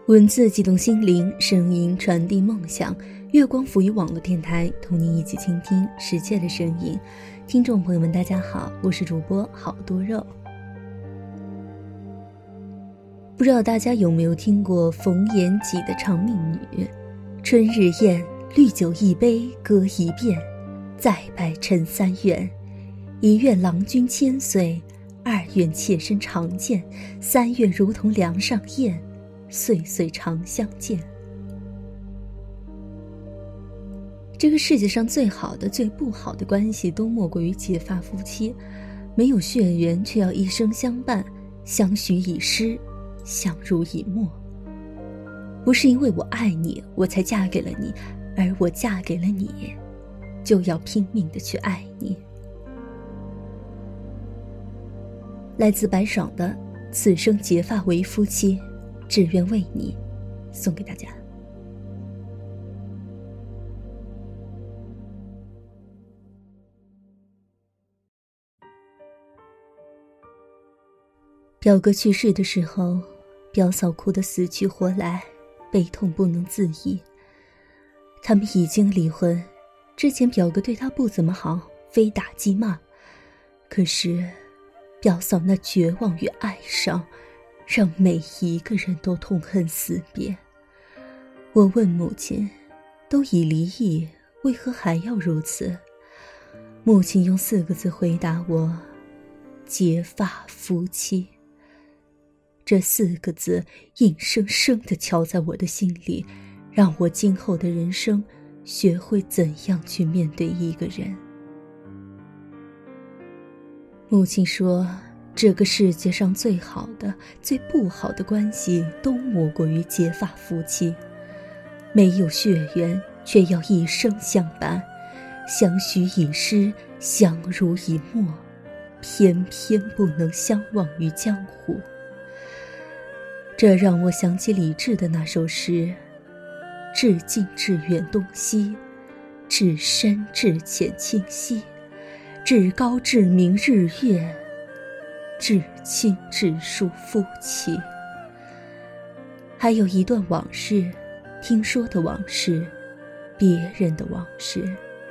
文字激动心灵，声音传递梦想。月光浮于网络电台，同您一起倾听世界的声音。听众朋友们大家好，我是主播好多肉。不知道大家有没有听过冯延己的长命女？春日宴，绿酒一杯歌一遍，再拜陈三愿。一愿郎君千岁，二愿妾身常见，三愿如同梁上燕，岁岁常相见。这个世界上最好的最不好的关系都莫过于结发夫妻，没有血缘却要一生相伴，相许以诗，相濡以沫。不是因为我爱你我才嫁给了你，而我嫁给了你就要拼命地去爱你。来自白爽的此生结发为夫妻，只愿为你，送给大家。表哥去世的时候，表嫂哭得死去活来，悲痛不能自已。他们已经离婚，之前表哥对她不怎么好，非打即骂，可是表嫂那绝望与哀伤让每一个人都痛恨死别。我问母亲，都已离异，为何还要如此？母亲用4个字回答我：结发夫妻。这4个字硬生生地敲在我的心里，让我今后的人生学会怎样去面对一个人。母亲说，这个世界上最好的最不好的关系都莫过于结发夫妻，没有血缘却要一生相伴，相许以诗，相濡以沫，偏偏不能相忘于江湖。这让我想起李治的那首诗：至近至远东西，至深至浅清晰，至高至明日月，至亲至疏夫妻。还有一段往事，听说的往事，别人的往事。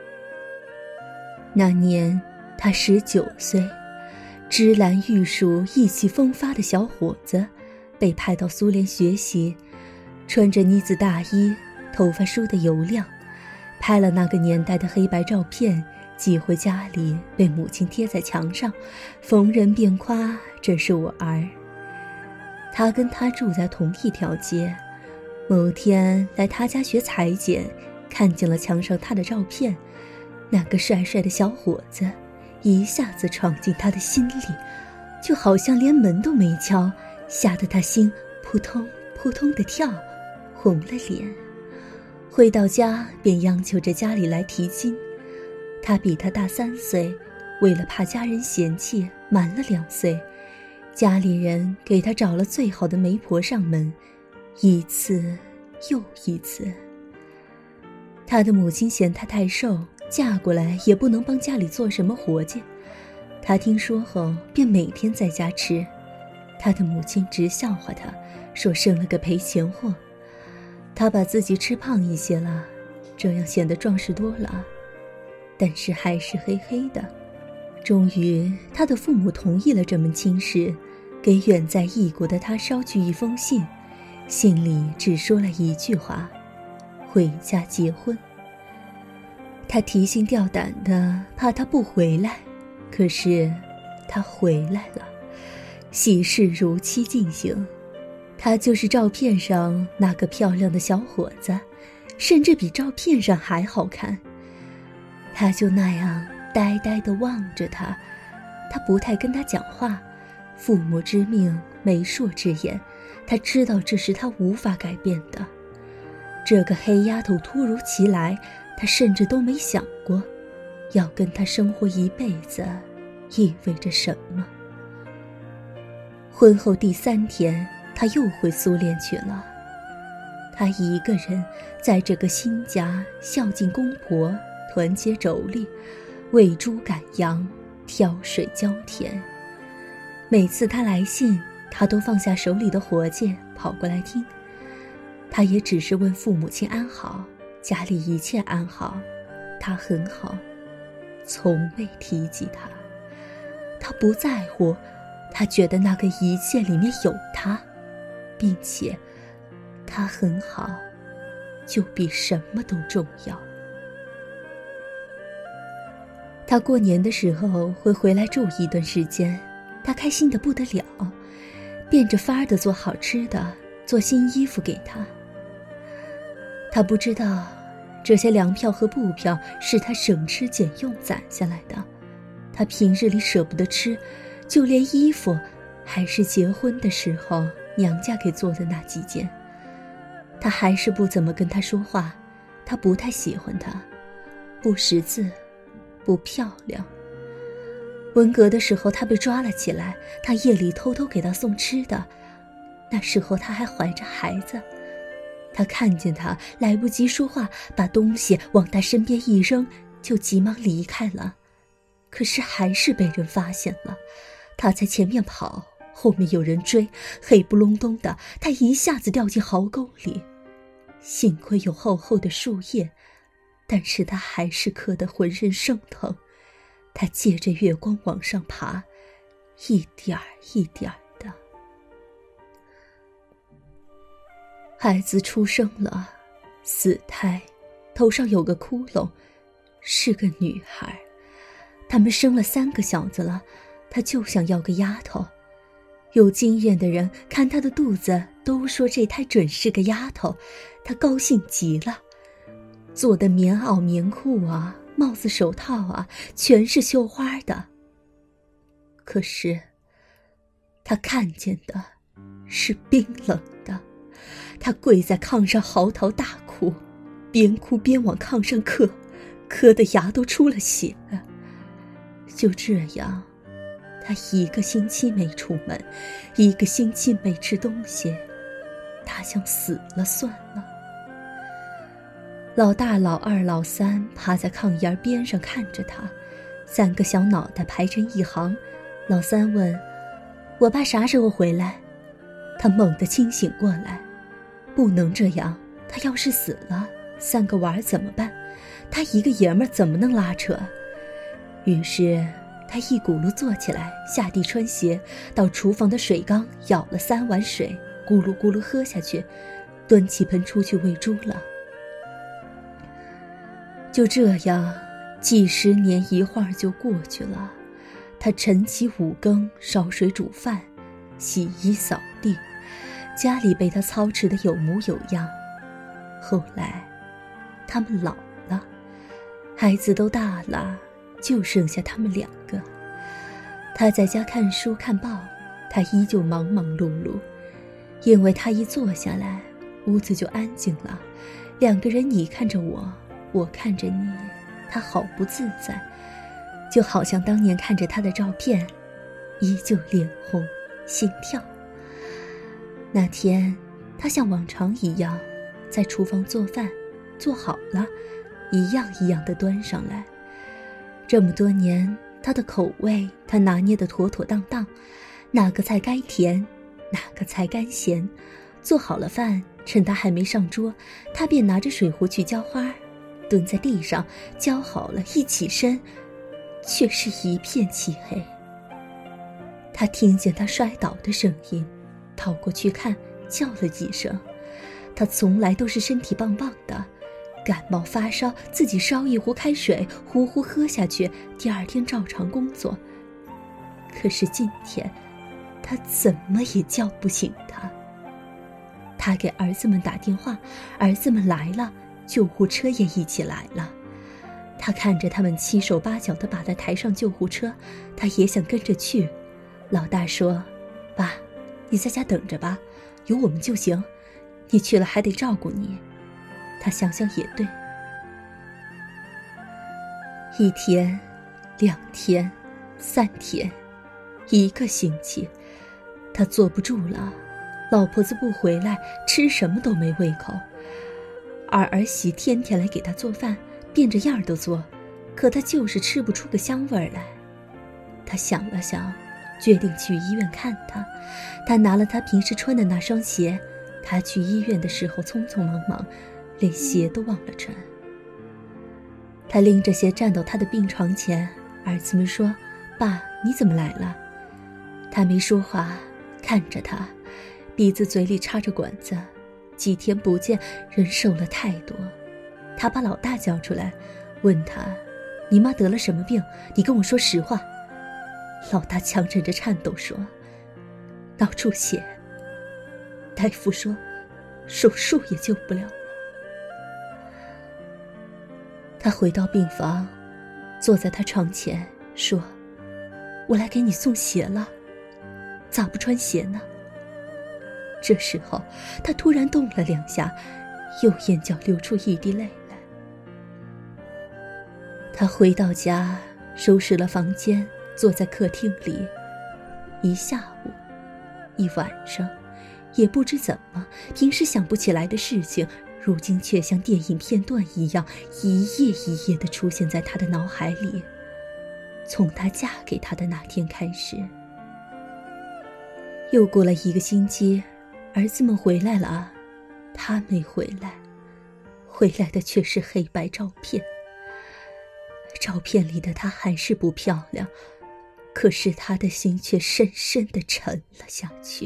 那年他19岁，芝兰玉树意气风发的小伙子，被派到苏联学习，穿着呢子大衣，头发梳得油亮，拍了那个年代的黑白照片，寄回家里，被母亲贴在墙上，逢人便夸这是我儿。他跟他住在同一条街，某天来他家学裁剪，看见了墙上他的照片，那个帅帅的小伙子一下子闯进他的心里，就好像连门都没敲，吓得他心扑通扑通地跳，红了脸。回到家便央求着家里来提亲，他比他大3岁，为了怕家人嫌弃，瞒了2岁。家里人给他找了最好的媒婆上门，一次又一次。他的母亲嫌他太瘦，嫁过来也不能帮家里做什么活计。他听说后便每天在家吃，他的母亲直笑话他，说生了个赔钱货。他把自己吃胖一些了，这样显得壮实多了，但是还是黑黑的。终于他的父母同意了这门亲事，给远在异国的他捎去一封信，信里只说了一句话：回家结婚。他提心吊胆的，怕他不回来，可是他回来了，喜事如期进行。他就是照片上那个漂亮的小伙子，甚至比照片上还好看。他就那样呆呆地望着他，他不太跟他讲话。父母之命，媒妁之言，他知道这是他无法改变的。这个黑丫头突如其来，他甚至都没想过，要跟他生活一辈子意味着什么。婚后第3天，他又回苏联去了。他一个人在这个新家孝敬公婆，团结妯娌，喂猪赶羊，挑水浇田。每次他来信，他都放下手里的活计跑过来听。 他也只是问父母亲安好，家里一切安好，他很好，从未提及他。他不在乎，他觉得那个一切里面有他，并且他很好，就比什么都重要。他过年的时候会回来住一段时间，他开心得不得了，变着法儿地做好吃的，做新衣服给他。他不知道，这些粮票和布票是他省吃俭用攒下来的，他平日里舍不得吃，就连衣服还是结婚的时候娘家给做的那几件。他还是不怎么跟他说话，他不太喜欢他，不识字，不漂亮。文革的时候他被抓了起来，他夜里偷偷给他送吃的，那时候他还怀着孩子。他看见他来不及说话，把东西往他身边一扔，就急忙离开了。可是还是被人发现了，他在前面跑，后面有人追，黑不隆咚的，他一下子掉进壕沟里。幸亏有厚厚的树叶，但是他还是磕得浑身生疼。他借着月光往上爬，一点儿一点儿的。孩子出生了，死胎，头上有个窟窿，是个女孩。他们生了3个小子了，他就想要个丫头。有经验的人看他的肚子都说这胎准是个丫头，他高兴极了。做的棉袄棉裤啊，帽子手套啊，全是绣花的。可是他看见的是冰冷的，他跪在炕上嚎啕大哭，边哭边往炕上磕，磕得牙都出了血。就这样，他1个星期没出门，1个星期没吃东西，他像死了算了。老大、老二、老三趴在炕沿边上看着他，3个小脑袋排成一行。老三问：“我爸啥时候回来？”他猛地清醒过来，不能这样，他要是死了，3个娃儿怎么办？他一个爷们儿怎么能拉扯？于是他一骨碌坐起来，下地穿鞋，到厨房的水缸舀了3碗水，咕噜咕噜喝下去，端起盆出去喂猪了。就这样，几十年一晃就过去了。他晨起5更，烧水煮饭，洗衣扫地，家里被他操持得有模有样。后来他们老了，孩子都大了，就剩下他们2个。他在家看书看报，他依旧忙忙碌碌，因为他一坐下来，屋子就安静了。2个人你看着我，我看着你，他好不自在，就好像当年看着他的照片，依旧脸红心跳。那天他像往常一样在厨房做饭，做好了，一样一样地端上来。这么多年，他的口味他拿捏得妥妥当当，哪个菜该甜，哪个菜该咸。做好了饭，趁他还没上桌，他便拿着水壶去浇花，蹲在地上浇好了，一起身却是一片漆黑。他听见他摔倒的声音，跑过去看，叫了几声。他从来都是身体棒棒的，感冒发烧自己烧一壶开水，呼呼喝下去，第2天照常工作。可是今天他怎么也叫不醒他。他给儿子们打电话，儿子们来了，救护车也一起来了。他看着他们7手8脚地把他抬上救护车，他也想跟着去。老大说：“爸，你在家等着吧，有我们就行，你去了还得照顾你。”他想想也对。1天、2天、3天，1个星期，他坐不住了。老婆子不回来，吃什么都没胃口。儿媳天天来给他做饭，变着样都做，可他就是吃不出个香味来。他想了想，决定去医院看他。他拿了他平时穿的那双鞋， 他去医院的时候匆匆忙忙，连鞋都忘了穿。他拎着鞋站到他的病床前，儿子们说：“爸，你怎么来了？”他没说话，看着他，鼻子嘴里插着管子，几天不见，人瘦了太多。他把老大叫出来，问他：“你妈得了什么病？你跟我说实话。”老大强忍着颤抖说：“脑出血。”大夫说手术也救不了了。他回到病房，坐在他床前说：“我来给你送鞋了，咋不穿鞋呢？”这时候他突然动了2下，右眼角流出一滴泪来。他回到家，收拾了房间，坐在客厅里，一下午一晚上，也不知怎么，平时想不起来的事情，如今却像电影片段一样，一页一页地出现在他的脑海里。从她嫁给他的那天开始。又过了1个星期，儿子们回来了，他没回来，回来的却是黑白照片。照片里的她还是不漂亮，可是他的心却深深地沉了下去。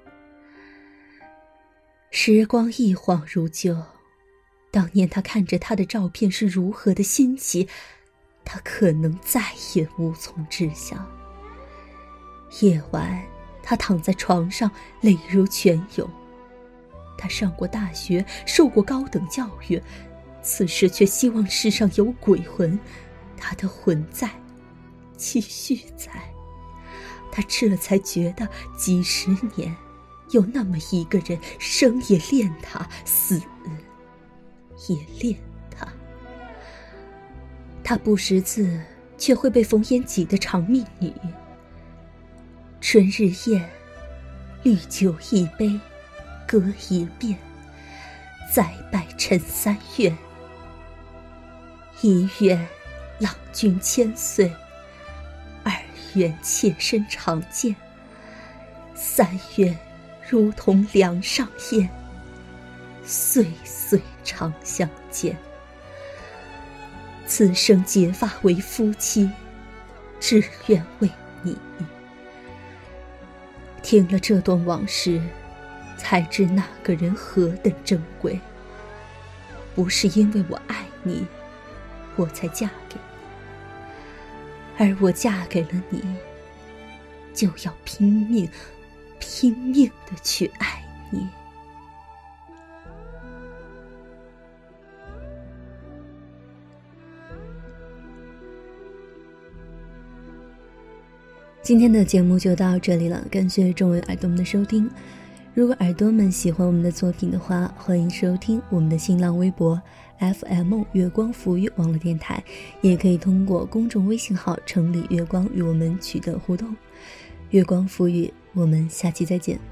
时光一晃如旧，当年他看着她的照片是如何的新奇，他可能再也无从知晓。夜晚他躺在床上，泪如泉涌。他上过大学，受过高等教育，此时却希望世上有鬼魂，他的魂在，继续在。他这才觉得几十年，有那么一个人，生也恋他，死也恋他。他不识字，却会背冯延己的长命语。春日宴，绿酒一杯，歌一遍，再拜陈3愿。1愿郎君千岁，2愿妾身长健，3愿如同梁上燕，岁岁常相见。此生结发为夫妻，只愿为你。听了这段往事，才知那个人何等珍贵。不是因为我爱你，我才嫁给你，而我嫁给了你，就要拼命地去爱你。今天的节目就到这里了，感谢众位耳朵们的收听。如果耳朵们喜欢我们的作品的话，欢迎收听我们的新浪微博 FM 月光浮语网络电台，也可以通过公众微信号城里月光与我们取得互动。月光浮语，我们下期再见。